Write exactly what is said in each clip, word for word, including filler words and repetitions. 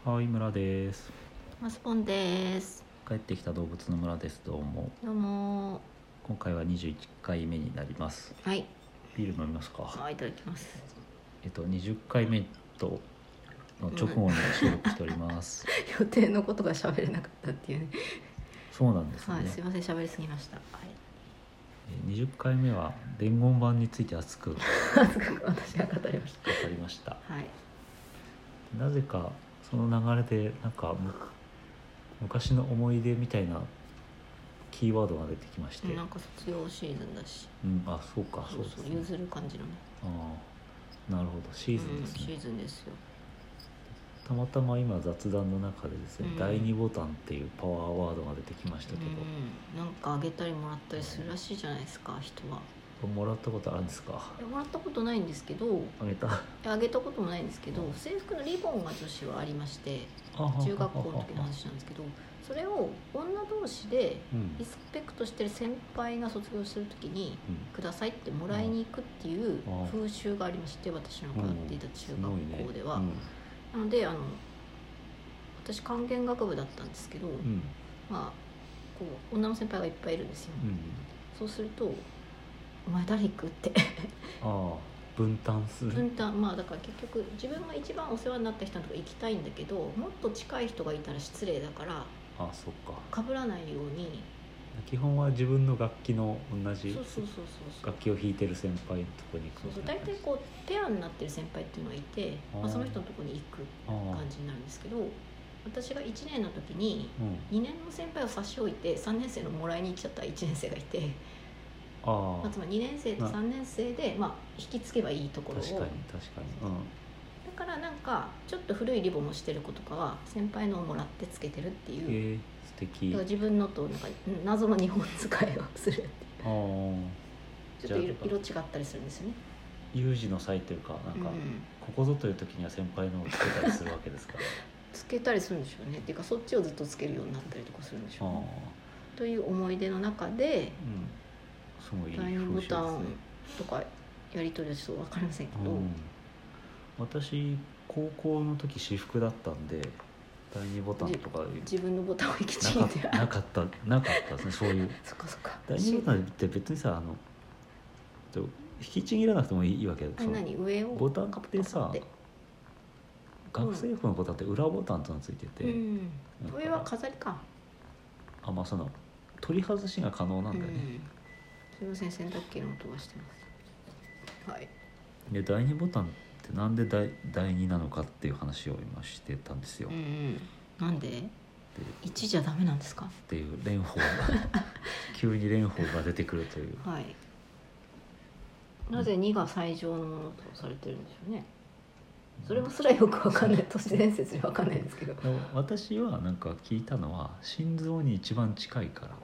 はい、村です。 マスポンです。 帰ってきた動物の村です。どうも。 どうも。 今回はにじゅういっかいめになります。 はい。 ビール飲みますか。 はい、いただきます。 えっとにじゅっかいめとの直後に収録しております。 予定のことが喋れなかったっていうね。 そうなんですね。 はい、すいません、喋りすぎました。はい。 えにじゅっかいめは伝言板について熱く語私が語りました。 りました。 はい。 なぜかその流れでなんかむ昔の思い出みたいなキーワードが出てきまして。 なんか卒業シーズンだし。 うん、あ、そうか、 そうそう、譲る感じのね。 ああ、なるほど、シーズンですね。 うん、シーズンですよ。 たまたま今雑談の中でですね、 うん、 だいにボタンっていうパワーワードが出てきましたけど、 うん、なんかあげたりもらったりするらしいじゃないですか、人は。 もらったことあるんですか。 もらったことないんですけど、 あげたあげたこともないんですけど、制服のリボンが女子はありまして、中学校の時の話なんですけど、それを女同士でリスペクトしてる先輩が卒業する時にくださいってもらいに行くっていう風習がありまして、私の通っていた中学校では、なのであの私管弦楽部だったんですけど、まあこう女の先輩がいっぱいいるんですよ。そうするとお前誰行くってああ、分担する。 分担、まあだから結局自分が一番お世話になった人のとこ行きたいんだけど、もっと近い人がいたら失礼だから、 あ、そっか。 被らないように。 基本は自分の楽器の同じそうそうそうそう楽器を弾いてる先輩のとこに行く。 そうそう、大体こうペアになってる先輩っていうのがいて、まあ、その人のとこに行く感じになるんですけど、私がいちねんの時ににねんの先輩を差し置いてさんねん生のもらいに行っちゃったいちねん生がいて、ああ、つまりにねん生とさんねん生で、まあ、引き継げばいいところを。 確かに確かに、うん、 だからなんかちょっと古いリボンをしてる子とかは先輩のをもらってつけてるっていう、 えー、素敵。 だから自分のとなんか謎の日本使いをするっていう。 あ、 ちょっと 色, 色違ったりするんですよね。 有事の際というか、なんか、うん、ここぞという時には先輩のをつけたりするわけですかつけたりするんでしょうね。っていうかそっちをずっとつけるようになったりとかするんでしょうね。という思い出の中で、 うん、すごいいいだいにボタンとかやり取りはちょっと分かりませんけど、うん、 私高校の時私服だったんでだいにボタンとか自分のボタンを行きちいてなかったなかったですね、そういうそっかそっか。 だいにボタンって別にさ、あの引きちぎらなくてもいいわけで、 何上をボタンってさ、学生服のボタンって裏ボタンとのついてて、うん、 上は飾りか。 あ、まあその取り外しが可能なんだよね、 うん、すいません、洗濯機の音がしてます。はい。 でだいにボタンってなんでだいになのかっていう話を今してたんですよ、 うんうん、なんでいちじゃダメなんですかっていう蓮舫が急に蓮舫が出てくるという、 はい、なぜにが最上のものとされてるんでしょうね。それもすらよくわかんない、都市伝説にわかんないんですけど、 私はなんか聞いたのは心臓に一番近いからって、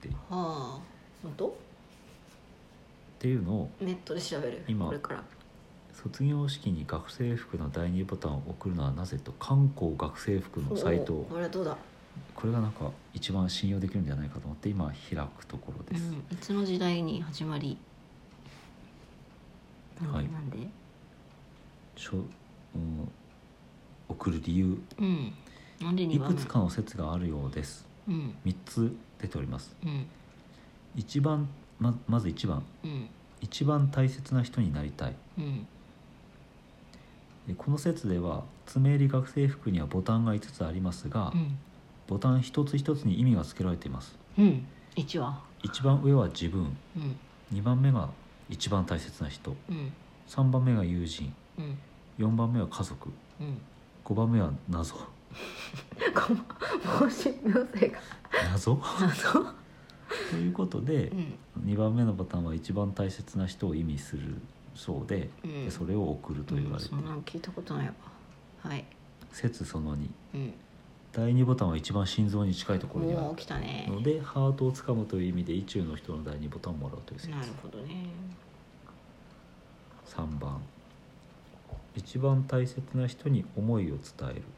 はあ、本当？ っていうのをネットで調べる。 今これから卒業式に学生服のだいにボタンを送るのはなぜと観光学生服のサイトを、 これはどうだ、 これがなんか一番信用できるんじゃないかと思って今開くところです、うん、 いつの時代に始まり、 はい、 なんでしょ、うん、送る理由、うん、 なんでいくつかの説があるようです、うん、みっつ出ております、うん、一番 ま, まずいちばん、うん、一番大切な人になりたい、うん、この説では爪入り学生服にはボタンがいつつありますが、うん、ボタン一つ一つに意味が付けられています、うん、 いちは一番上は自分、うん、にばんめが一番大切な人、うん、さんばんめが友人、うん、よんばんめは家族、うん、ごばんめは謎申し訳が謎謎ということで、うん、にばんめのボタンは一番大切な人を意味するそうで、うん、でそれを送ると言われて、 うん、そんなの聞いたことないわ。はい。 説そのに、うん、だいにボタンは一番心臓に近いところにあるので、ハートをつかむという意味で意中の人のだいにボタンをもらうという説。 なるほどね。 さんばん、一番大切な人に思いを伝える。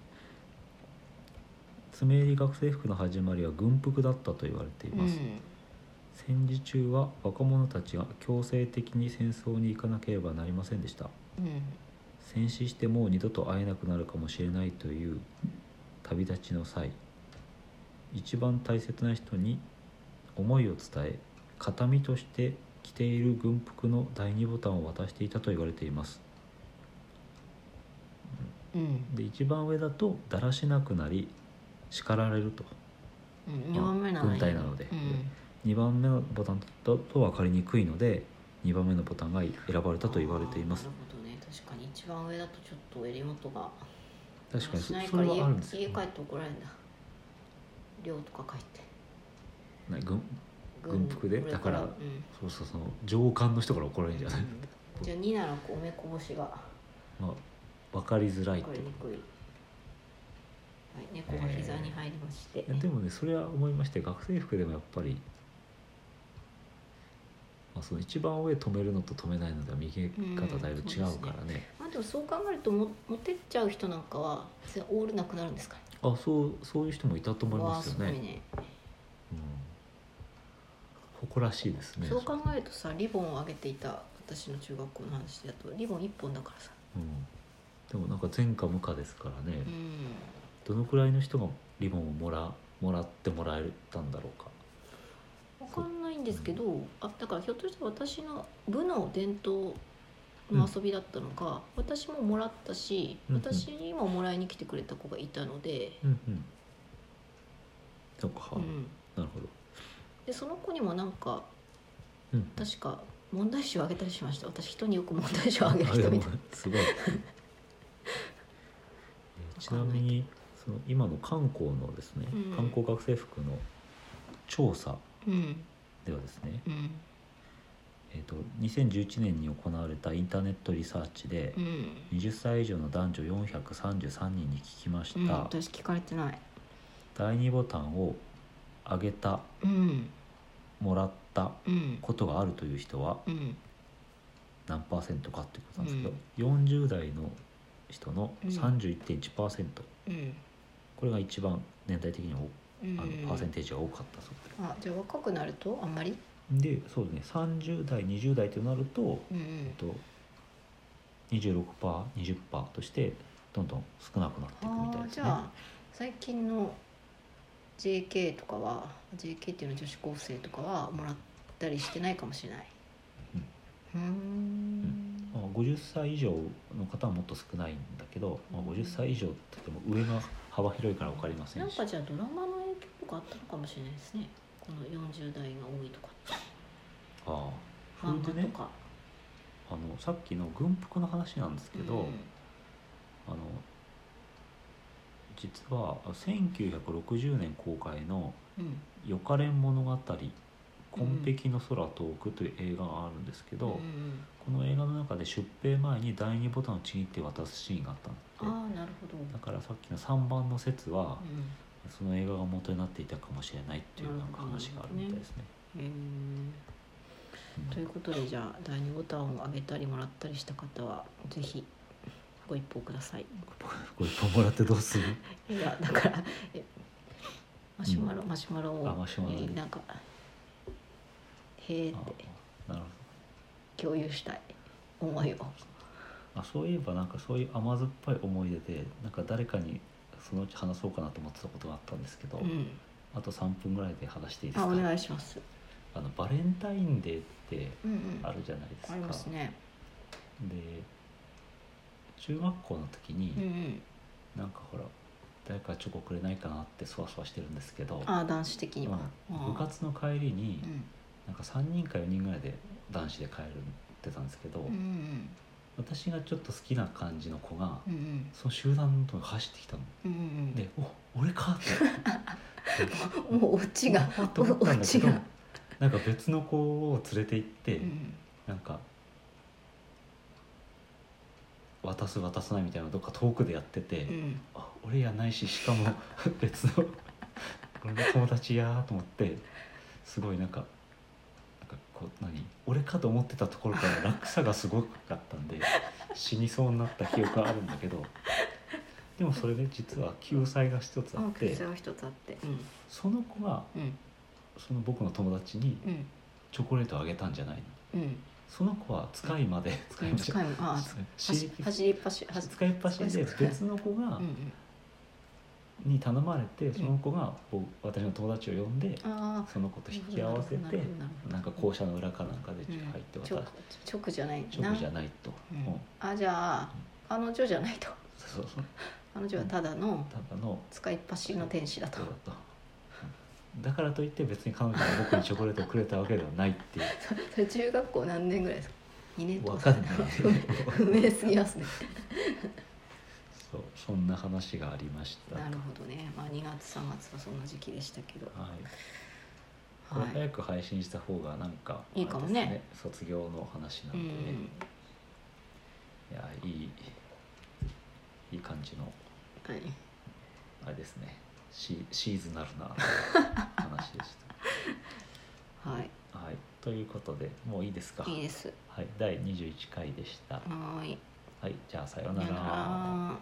爪入り学生服の始まりは軍服だったと言われています、うん、戦時中は若者たちが強制的に戦争に行かなければなりませんでした、うん、 戦死してもう二度と会えなくなるかもしれないという旅立ちの際、一番大切な人に思いを伝え、形見として着ている軍服のだいにボタンを渡していたと言われています。うん、で一番上だとだらしなくなり叱られると、 うん、にばんめなの軍隊なので、 うん、 にばんめのボタンだと分かりにくいのでにばんめのボタンが選ばれたと言われています。 なるほどね、確かに一番上だとちょっと襟元が確かにそ, それはあるんですよ、ね、家帰って怒られるんだ、寮とか帰ってな 軍, 軍服でだから、うん、そうそうそう上官の人から怒られるんじゃない、うん、 じゃあにならおめこぼしが、 まあ、分かりづらい分かりにくい、はい、猫が膝に入りまして、 えー、でもねそれは思いまして、学生服でもやっぱり、まあ、その一番上止めるのと止めないのでは見え方だいぶ違うからね、うん、ね、 まあ、でもそう考えるとも持ってっちゃう人なんかはオールなくなるんですかね。 あ、そう、そういう人もいたと思いますよね。 わあ、すごいね、うん、 誇らしいですね。 そう考えるとさ、リボンを上げていた私の中学校の話だとリボンいっぽんだからさ、 うん、でもなんか前科無科ですからね、 うん、 どのくらいの人がリボンをもらもらってもらえたんだろうか分かんないんですけど、うん、あだからひょっとして私の部の伝統の遊びだったのか、うん、私ももらったし、うんうん、私にももらいに来てくれた子がいたので、 うんうん、そうか、うん、なるほど。 でその子にもなんか、 うん、 確か問題集をあげたりしました。私人によく問題集をあげる人みたいな。 すごいちなみにその今の観光のですね、うん、観光学生服の調査ではですね、うんうん、えーと、にせんじゅういちねんに行われたインターネットリサーチで、うん、はたち以上の男女よんひゃくさんじゅうさんにんに聞きました、うん、 私聞かれてない。 だいにボタンを上げた、うん、もらったことがあるという人は何パーセントかっていうことなんですけど、うん、よんじゅう代の人の さんじゅういってんいちパーセント、うん、これが一番年代的にも、うん、あのパーセンテージが多かったそうで、 あ、じゃあ若くなるとあんまりで、そうですね、さんじゅう代にじゅう代となると、うんうんえっと、にじゅうろくパーセント にじゅっパーセントとしてどんどん少なくなっていくみたいですね。 じゃあ最近の ジェーケー とかは ジェーケー っていうのは女子高生とかはもらったりしてないかもしれない。うん、うん、 まあ、ごじゅっさい以上の方はもっと少ないんだけど、まあ、ごじゅっさい以上って言っても上が幅広いから分かりませんし、 なんかじゃあドラマの影響とかあったのかもしれないですね、このよんじゅう代が多いとか。ああ、それでね、あのさっきの軍服の話なんですけど、うん、あの実はせんきゅうひゃくろくじゅうねん公開の「よかれん物語紺碧の空遠く」という映画があるんですけど、うん、この映画の中で出兵前にだいにボタンをちぎって渡すシーンがあったんです。 あ、なるほど。 だからさっきのさんばんの説は、うん、その映画が元になっていたかもしれないっていうなんか話があるみたいですね。へー、 うん、ということで、じゃあだいにボタンを上げたりもらったりした方はぜひご一報ください。 ご一報もらってどうするいや、だからマシュマロ、うん、マシュマロをマシュマロになんかへーって共有したい思いを。 あ、そういえばなんかそういう甘酸っぱい思い出でなんか誰かにそのうち話そうかなと思ってたことがあったんですけど、うん、あとさんぷんぐらいで話していいですか。 あ、お願いします。 あのバレンタインデーってあるじゃないですか、 うんうん、ありますね。 で中学校の時に、うんうん、なんかほら誰かチョコくれないかなってそわそわしてるんですけど、 あ、男子的には、 うん、部活の帰りに、うん、なんかさんにんかよにんぐらいで男子で帰るってたんですけど、うんうん、私がちょっと好きな感じの子が、うんうん、その集団のとこに走ってきたの、うんうん、で、お、俺かってもうオチがと思ったんだけど、なんか別の子を連れて行って、うん、なんか渡す渡さないみたいなのどっか遠くでやってて、うん、あ、俺やないし、しかも別の俺の友達やと思って、すごいなんかなんかこう何俺かと思ってたところから落差がすごかったんで死にそうになった記憶があるんだけど、でもそれで実は救済が一つあって、 救済が一つあって、うん、 その子が、うん、その僕の友達にチョコレートをあげたんじゃないの、うん、 その子は使いまで、 使いまで使いまあ走りっぱし使いっぱしで別の子が、うんうん、に頼まれて、その子が私の友達を呼んで、うん、その子と引き合わせて、なんか校舎の裏かなんかで入って渡す、うん、 直じゃない直じゃないと、 うんうん、あじゃあ彼女じゃないと、 そうそう、 彼女はただのただの使いっぱしの天使だと、 だからといって別に彼女が僕にチョコレートをくれたわけではないっていうそれ中学校何年ぐらいですか？にねんとか分かんない不明すぎますねそう、そんな話がありました。 なるほどね、まあ、にがつさんがつはそんな時期でしたけど、 はい、これ早く配信した方がなんか、 いいかもね、 卒業の話なんでね、うん、いやいいいい感じの、 はい、 あれですね、シ, シーズナルな話でしたはい、はい、ということでもういいですか？ いいです、 はい、だいにじゅういっかいでした。 はい、 はい、じゃあさようなら。